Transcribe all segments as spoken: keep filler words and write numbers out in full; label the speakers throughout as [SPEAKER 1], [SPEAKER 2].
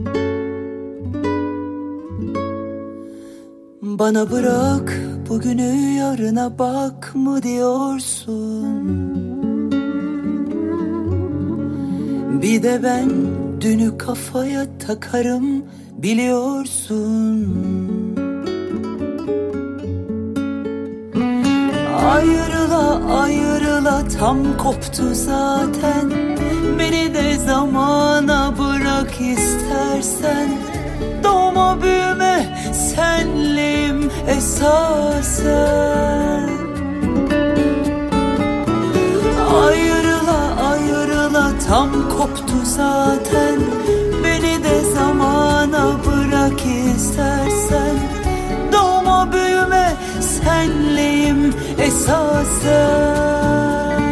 [SPEAKER 1] Bana bırak bugünü, yarına bak mı diyorsun? Bir de ben dünü kafaya takarım biliyorsun. Ayrıla ayrıla tam koptu zaten. Beni de zamana bırak istersen. Doğma büyüme senliyim esasen. Ayrıla ayrıla tam koptu zaten. Beni de zamana bırak istersen. Doğma büyüme senliyim esasen.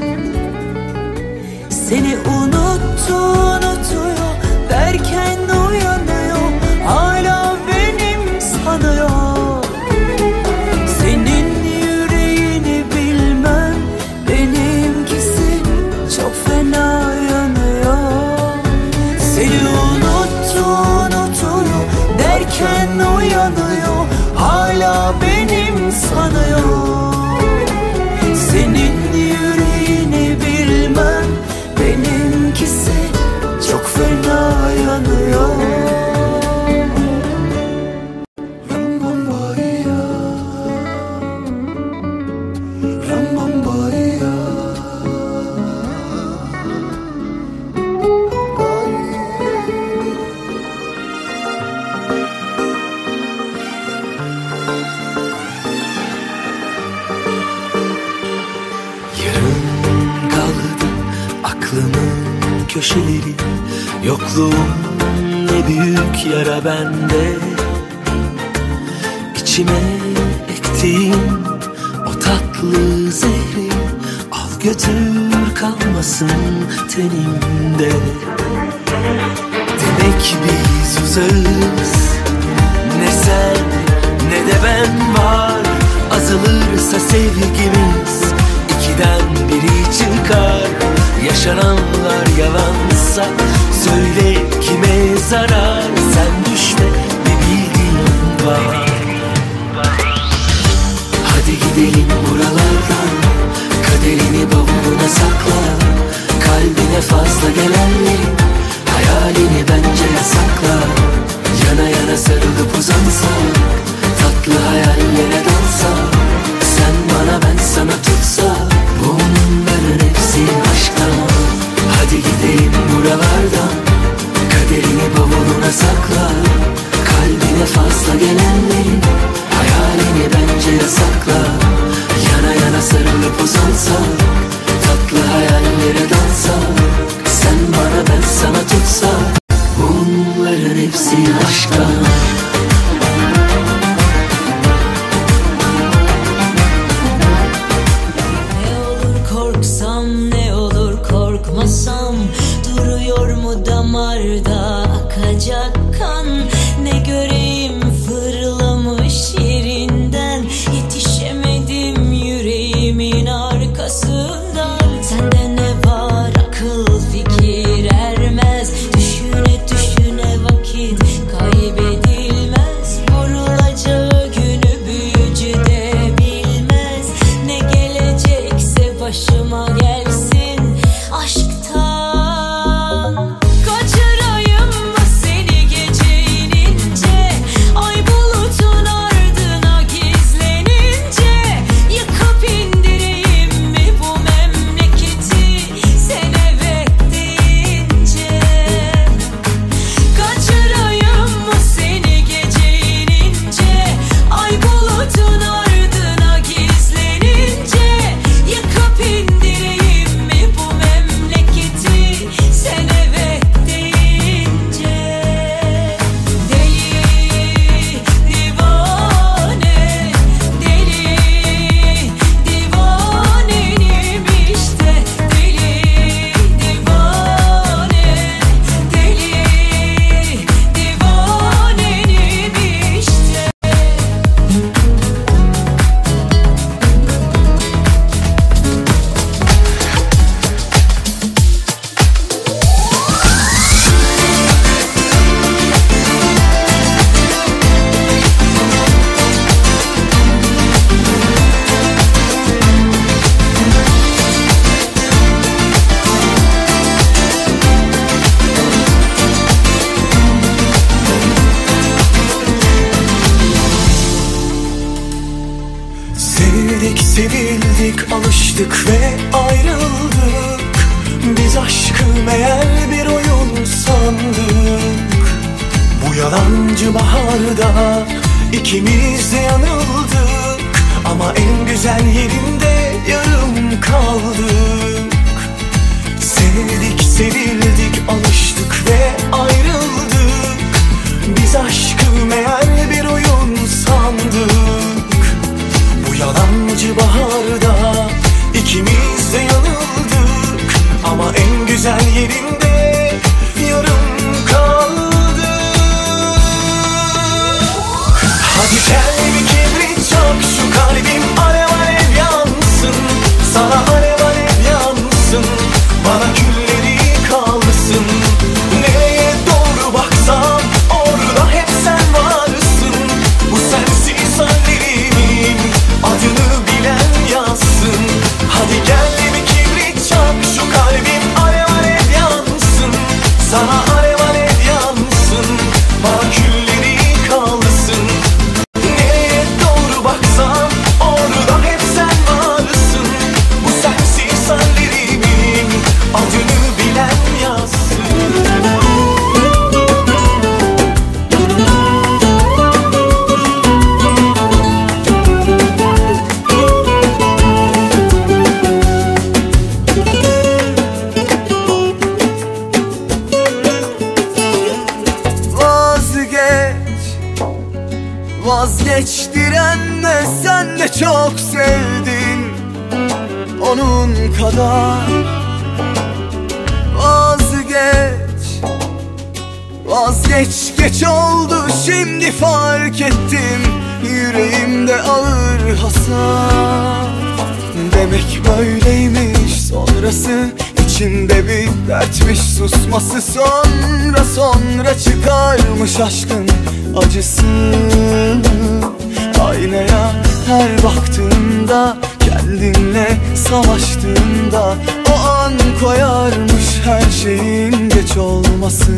[SPEAKER 1] Seni unuttu unutuyor derken uyanıyor, hala benim sanıyor. Senin yüreğini bilmem, benimkisi çok fena yanıyor. Seni unuttu unutuyor derken uyanıyor, hala benim sanıyor. Senin yüreğini bilmem, benimkisi çok fena yanıyor. Rambambaya, Rambambaya. Yarım kaldı aklımın köşeleri, yokluğun ne büyük yara bende. İçime ektiğin o tatlı zehri al götür, kalmasın tenimde. Demek biz uzağız, ne sen ne de ben var. Azalırsa sevgimiz ikiden biri çıkar. Yaşananlar yalansa söyle kime zarar. Sen düşme bir bildiğin var. Hadi gidelim buralardan, kaderini bavuluna sakla. Kalbine fazla gelenleri, hayalini bence yasakla. Yana yana sarılıp uzansak, tatlı hayallere dalsak. Sen bana ben sana tutsak, bunların hepsi aşktan. Hadi gidelim buralardan, kaderini bavuluna sakla. Kalbine fazla gelenlerin, hayalini bence yasakla. Yana yana sarılıp uzansak, tatlı hayallere dalsak. Sen bana ben sana tutsak, bunların hepsi aşktan.
[SPEAKER 2] Korkmasam duruyor mu damarda akacak kan? Ne göreyim fırlamış yerinden, yetişemedim yüreğimin arkasından. Sende ne var akıl fikir ermez, düşüne düşüne vakit kaybedilmez. Vurulacağı günü büyücü de bilmez, ne gelecekse başıma gelsin. Aşktan kaçırayım mı seni geri?
[SPEAKER 1] sevildik, alıştık ve ayrıldık. Biz aşkı meğer bir oyun sandık. Bu yalancı baharda ikimiz de yanıldık. Ama en güzel yerinde yarım kaldık. Sevdik, sevildik, alıştık ve ayrıldık. Biz aşkı meğer bir oyun sandık. Bu yalancı baharda ikimiz de yanıldık. Ama en güzel yerinde yarım kaldık. Hadi gel bir kibrit çak, şu kalbim alev alev yansın. Sana alev alev yansın, bana külleri kalsın. Nereye doğru baksam orada hep sen varsın. Bu sensiz hallerimin adını bilen yazsın. Hadi gel bir kibrit çak, şu kalbim alev alev yansın. Sana alev alev yansın, bana külleri kalsın. Nereye doğru baksam orada hep sen varsın. Bu sensiz hallerimin adını bilen yazsın.
[SPEAKER 3] Vazgeç, vazgeç direnme, sen de çok sevdin onun kadar. Vazgeç, vazgeç, geç oldu şimdi fark ettim. Yüreğimde ağır hasar. Demek böyleymiş sonrası, içinde bir dertmiş susması. Sonra sonra çıkarmış aşkın acısı. Aynaya her baktığında, kendinle savaştığında, o an koyarmış her şeyin geç olması.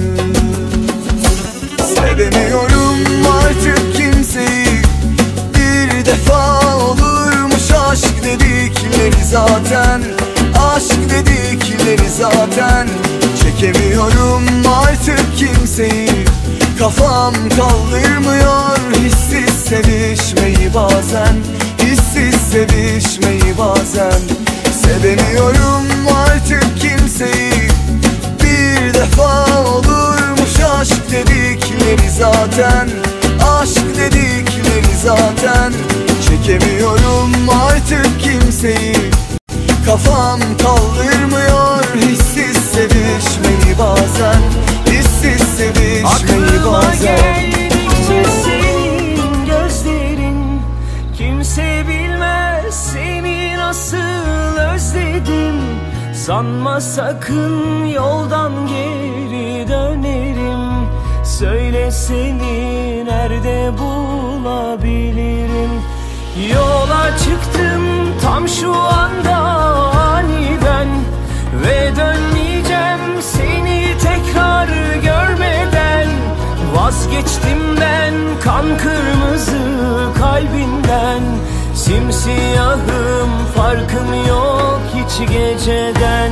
[SPEAKER 3] Sevemiyorum artık kimseyi, bir defa olurmuş aşk dedikleri zaten. Aşk dedikleri zaten. Çekemiyorum artık kimseyi, kafam kaldırmıyor hissiz sevişmeyi bazen. Hissiz sevişmeyi bazen. Sevemiyorum artık kimseyi, bir defa olurmuş aşk dedikleri zaten. Aşk dedikleri zaten. Çekemiyorum artık kimseyi, kafam kaldırmıyor hissiz sevişmeyi bazen. Hissiz sevişmeyi bazen.
[SPEAKER 4] Geldikçe senin gözlerin, kimse bilmez seni nasıl özledim. Sanma sakın yoldan geri dönerim. Söyle seni nerede bulabilirim. Yola çıktım tam şu anda aniden, ve dönmeyeceğim seni tekrar görmeden. Vazgeçtim ben kan kırmızı kalbinden. Simsiyahım, farkım yok hiç geceden.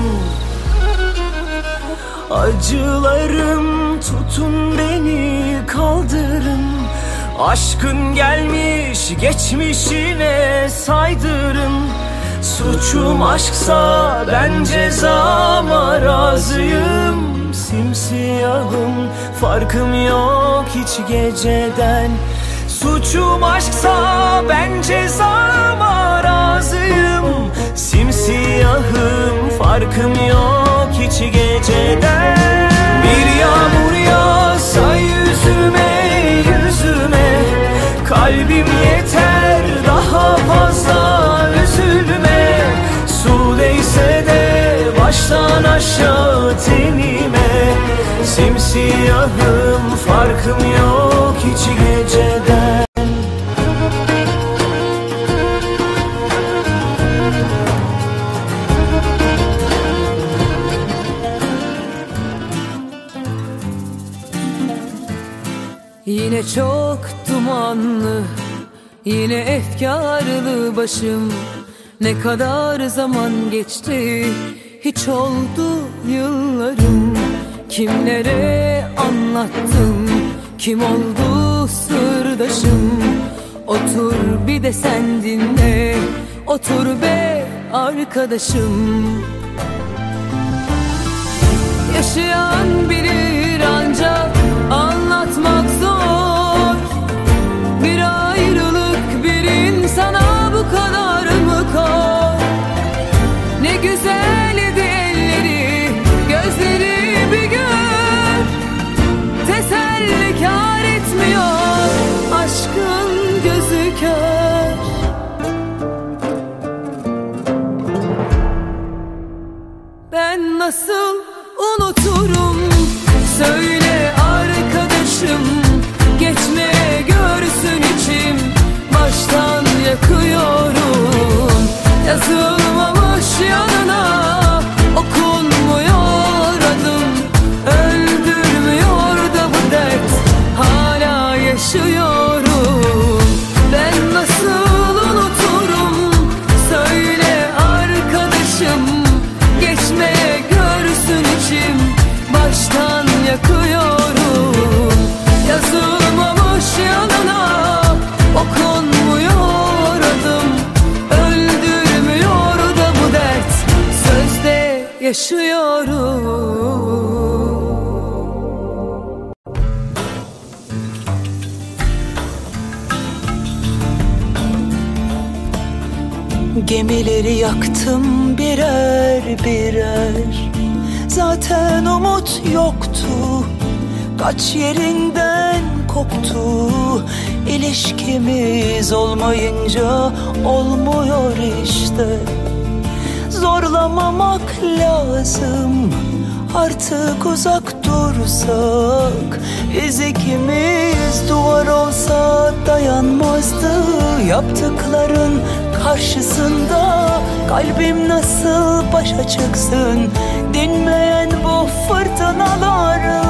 [SPEAKER 4] Acılarım tutun beni kaldırın. Aşkın gelmiş geçmişine saydırın. Suçum aşksa ben cezama razıyım. Simsiyahım, farkım yok hiç geceden. Suçum aşksa ben cezama razıyım. Simsiyahım, farkım yok hiç geceden. Bir yağmur yağsa yüzüme yüzüme, kalbim yeter daha fazla üzülme. Su değse de baştan aşağı tenime. Simsiyahım, farkım yok hiç geceden.
[SPEAKER 2] Yine çok dumanlı, yine efkarlı başım. Ne kadar zaman geçti, hiç oldu yıllarım. Kimlere anlattım, kim oldu sırdaşım. Otur bir de sen dinle, otur be arkadaşım. Yaşayan bilir ancak anlatmak zor. Bir ayrılık bir insana bu kadar mı kor? Ne güzeldi elleri, gözleri bir gör. Teselli kâr etmiyor, aşkın gözü kör. Ben nasıl unuturum, söyle arkadaşım. Geçmeye görsün içim, baştan yakıyorum. Yazılmamış yanına, okunmuyor adım. Öldürmüyor da bu dert, hala yaşıyorum. Ben nasıl unuturum, söyle arkadaşım. Geçmeye görsün içim, baştan yakıyorum. Yazılmamış yanına, okunmuyor adım. Öldürmüyor da bu dert, sözde yaşıyorum.
[SPEAKER 5] Gemileri yaktım birer birer. Zaten umut yoktu, kaç yerinden koptu. İlişkimiz olmayınca olmuyor işte. Zorlamamak lazım, artık uzak dursak. Biz ikimiz duvar olsa dayanmazdı. Yaptıkların karşısında kalbim nasıl başa çıksın, dinmeyen bu fırtınalarla.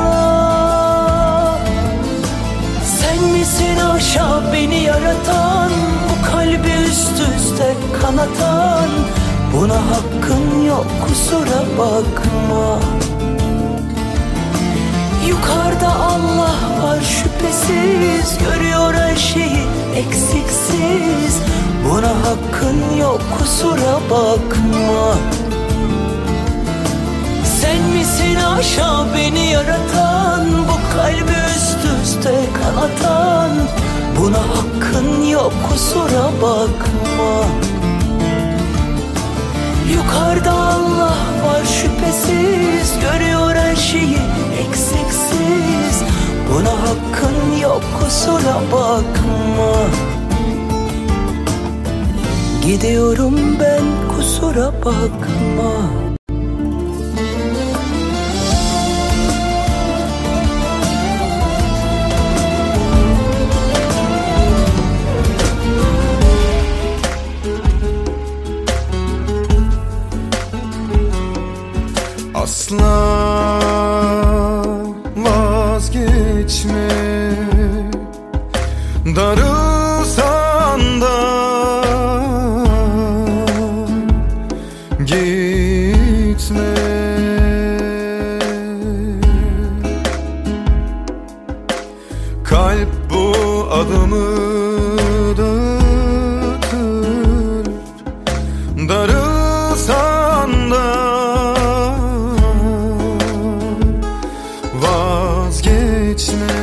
[SPEAKER 5] Sen misin aşağı beni yaratan, bu kalbi üst üste kanatan? Buna hakkın yok, kusura bakma. Yukarıda Allah var şüphesiz, görüyor her şeyi eksiksiz. Buna hakkın yok, kusura bakma. Sen misin aşağı beni yaratan, bu kalbi üst üste kanatan? Buna hakkın yok, kusura bakma. Yukarıda Allah var şüphesiz, görüyor her şeyi eksiksiz. Buna hakkın yok, kusura bakma. Gidiyorum ben, kusura bakma.
[SPEAKER 3] Asla vazgeçme, darılsan da gitme. Kalp bu adımı dağıtır, darılsan da vazgeçme.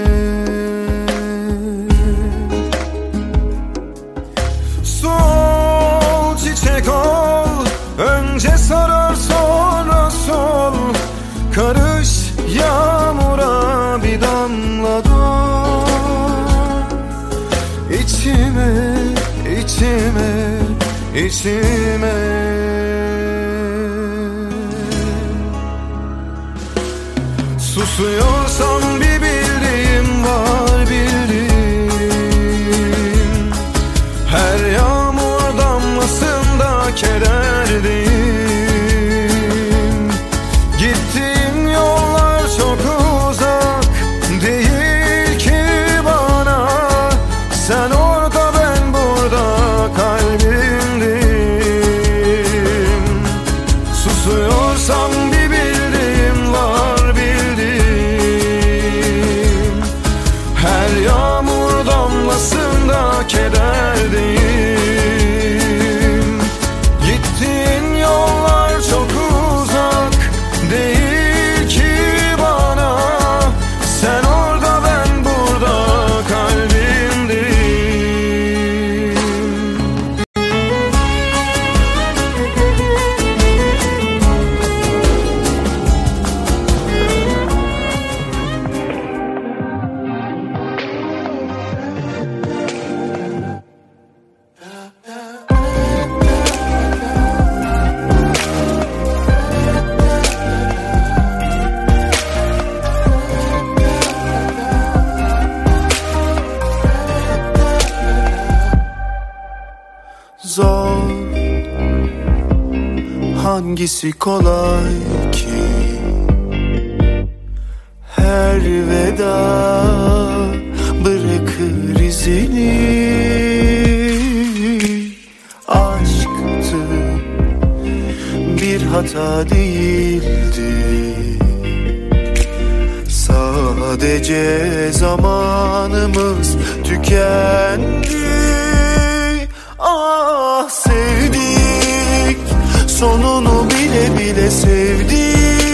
[SPEAKER 3] Sol çiçek ol, önce sarar sonra sol. Karış yağmura bir damla dur. İçime, içime, içime. Susuyorsam bir bildiğim var, bildiğim. Her yağmur damlasında kederdeyim. Gittiğim yollar çok uzak değil ki bana. Sen orada ben burada, kalbimdeyim. hangisi kolay ki? Her veda bırakır izini. Aşktı, bir hata değildi. Sadece zamanımız tükendi. Ah sevdik, sonunu bile bile sevdik.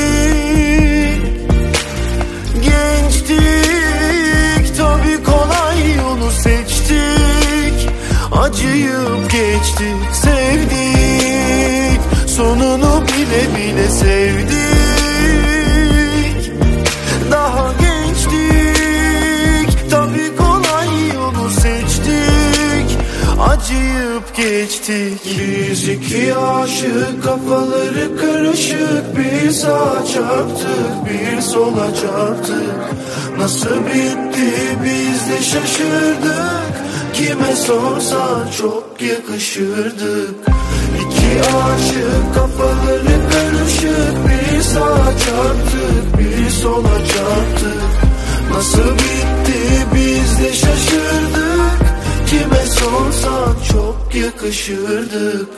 [SPEAKER 3] Gençtik, tabii kolay yolu seçtik. Acıyıp geçtik, sevdik. Sonunu bile bile sevdik. Daha gençtik, tabii kolay yolu seçtik. Acıyıp geçtik. Biz iki aşık, kafaları karışık. Bir sağa çarptık, bir sola çarptık. Nasıl bitti biz de şaşırdık. Kime sorsan çok yakışırdık. İki aşık, kafaları karışık. Bir sağa çarptık, bir sola çarptık. Nasıl bitti biz de şaşırdık. Kime sorsan çok yakışırdık.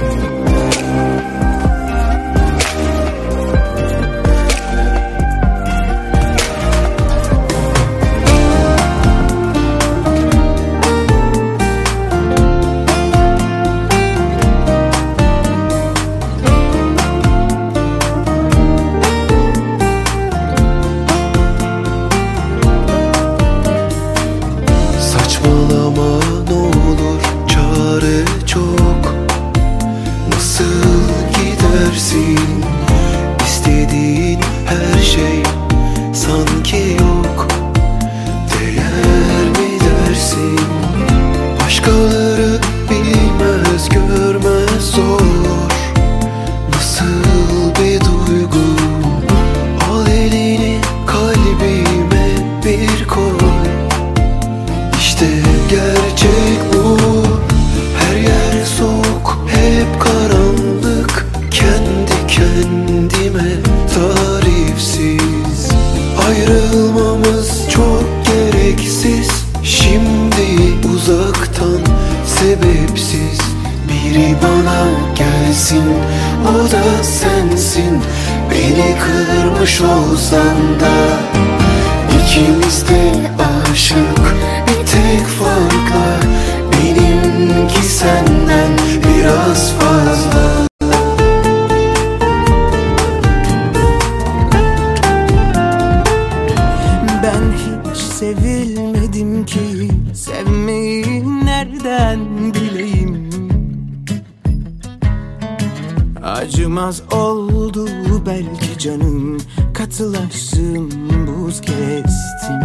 [SPEAKER 5] Acımaz oldu belki canım, katılaştım, buz kestim.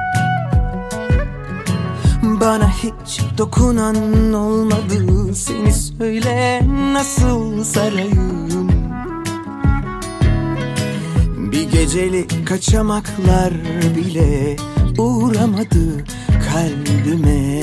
[SPEAKER 5] Bana hiç dokunan olmadı, seni söyle nasıl sarayım. Bir gecelik kaçamaklar bile uğramadı kalbime.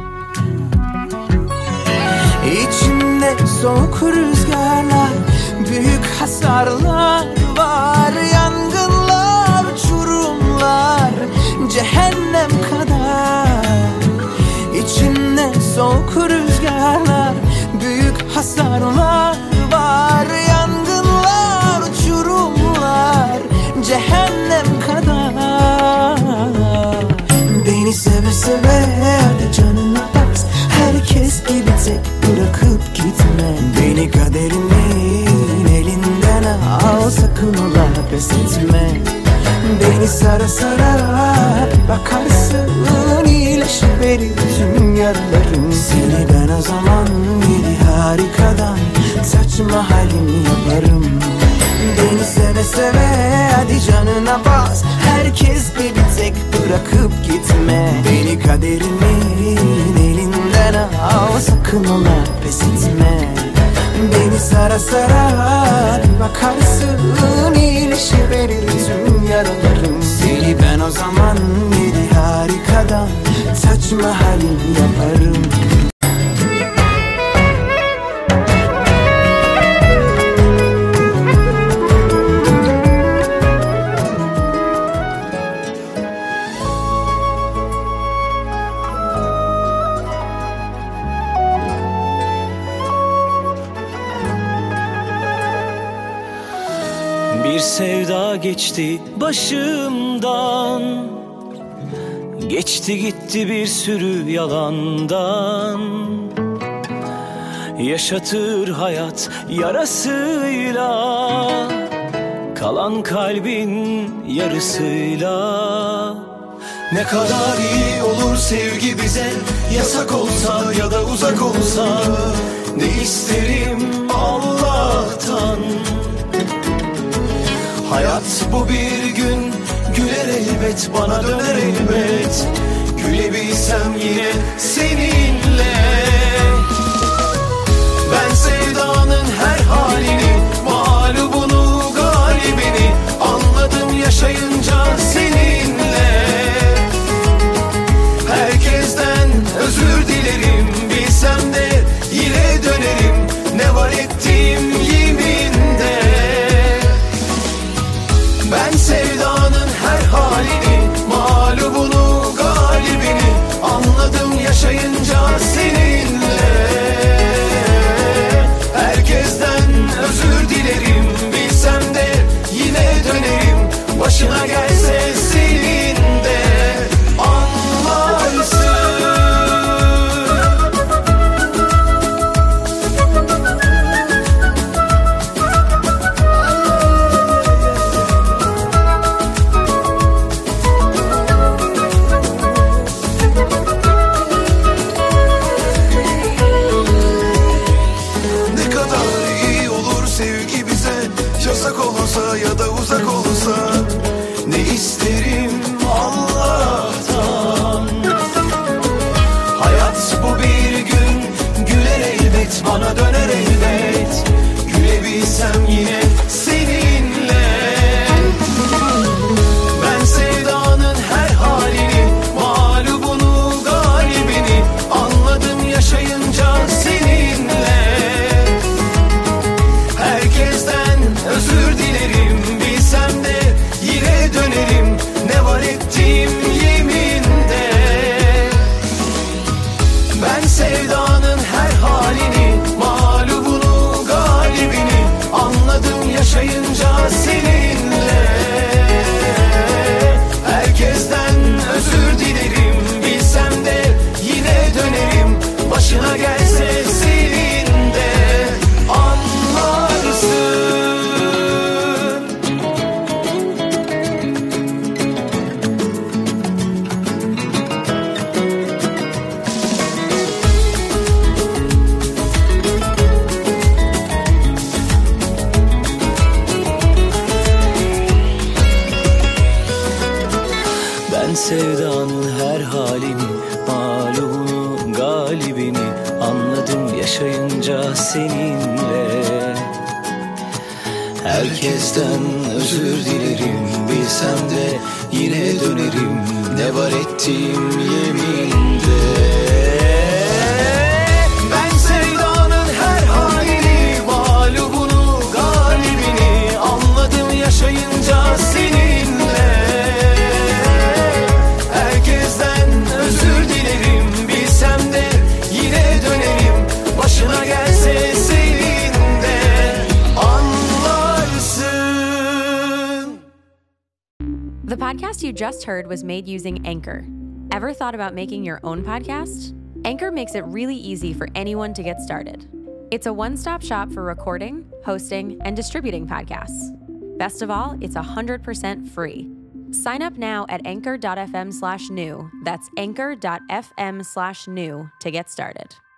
[SPEAKER 5] İçimde soğuk rüzgarlar, büyük hasarlar var. Yangınlar, uçurumlar, cehennem kadar. İçimde soğuk rüzgarlar, büyük hasarlar var. Yangınlar, uçurumlar, cehennem kadar. Beni seve seve hadi canına bak. Herkes gibi tek bırakıp gitme. Beni kaderimin elinden al, sakın ola pes etme. Beni sara sara bakarsın, iyileşiverir tüm yaralarım. Seni ben o zaman yedi harikadan saçma halimi yaparım. Beni seve seve hadi canına bas. Herkes gibi tek bırakıp gitme. Beni kaderimin elinden al, sakın ola pes etme. Beni sara sara bakarsın, iyileşiverir tüm yaralarım. Seni ben o zaman yedi harikadan saçma halim yaparım.
[SPEAKER 4] sevda geçti başımdan, geçti gitti bir sürü yalandan. Yaşatır hayat yarasıyla, kalan kalbin yarısıyla.
[SPEAKER 1] Ne kadar iyi olur sevgi bize, yasak olsa ya da uzak olsa. Ne isterim Allah'tan. Hayat bu bir gün, güler elbet, bana döner elbet. Gülebilsem yine seninle. Ben sevdanın her halini, mağlubunu, galibini anladım yaşayınca seninle. Herkesten özür dilerim, bilsem de yine dönerim. Ne var ettiğim yeminde. Ben sevdanın her halini, mağlubunu, galibini anladım yaşayınca seninle. Herkesten özür dilerim, bilsem de yine dönerim. Başına gelse senin de anlarsın. Ne kadar iyi olur sevgi bize, yasak olsa ya da uzak olsa. Ne isterim Allah'tan. Hayat bu bir gün, güler elbet, bana döner elbet. Gülebilsem yine seninle. Ben sevdanın her halini, mağlubunu, galibini anladım yaşayınca seninle. Herkesten özür dilerim, bilsem de yine dönerim. Ne var ettiğim yeminde. Ben sevdanın her halini, mağlubunu, galibini anladım yaşayınca seninle. Herkesten özür dilerim, bilsem de yine dönerim. Başına gelse senin de anlarsın.
[SPEAKER 4] Ben sevdanın her halini, mağlubunu, galibini anladım yaşayınca seninle. Herkesten özür dilerim, bilsem de yine dönerim. Ne var ettiğim yeminde. Ben sevdanın her halini, mağlubunu, galibini anladım yaşayınca seninle. Herkesten özür dilerim, bilsem de yine dönerim. Başına gelse senin de anlarsın.
[SPEAKER 6] The podcast you just heard was made using Anchor. Ever thought about making your own podcast? Anchor makes it really easy for anyone to get started. It's a one-stop shop for recording, hosting, and distributing podcasts. Best of all, it's one hundred percent free. Sign up now at anchor.fm slash new. That's anchor.fm slash new to get started.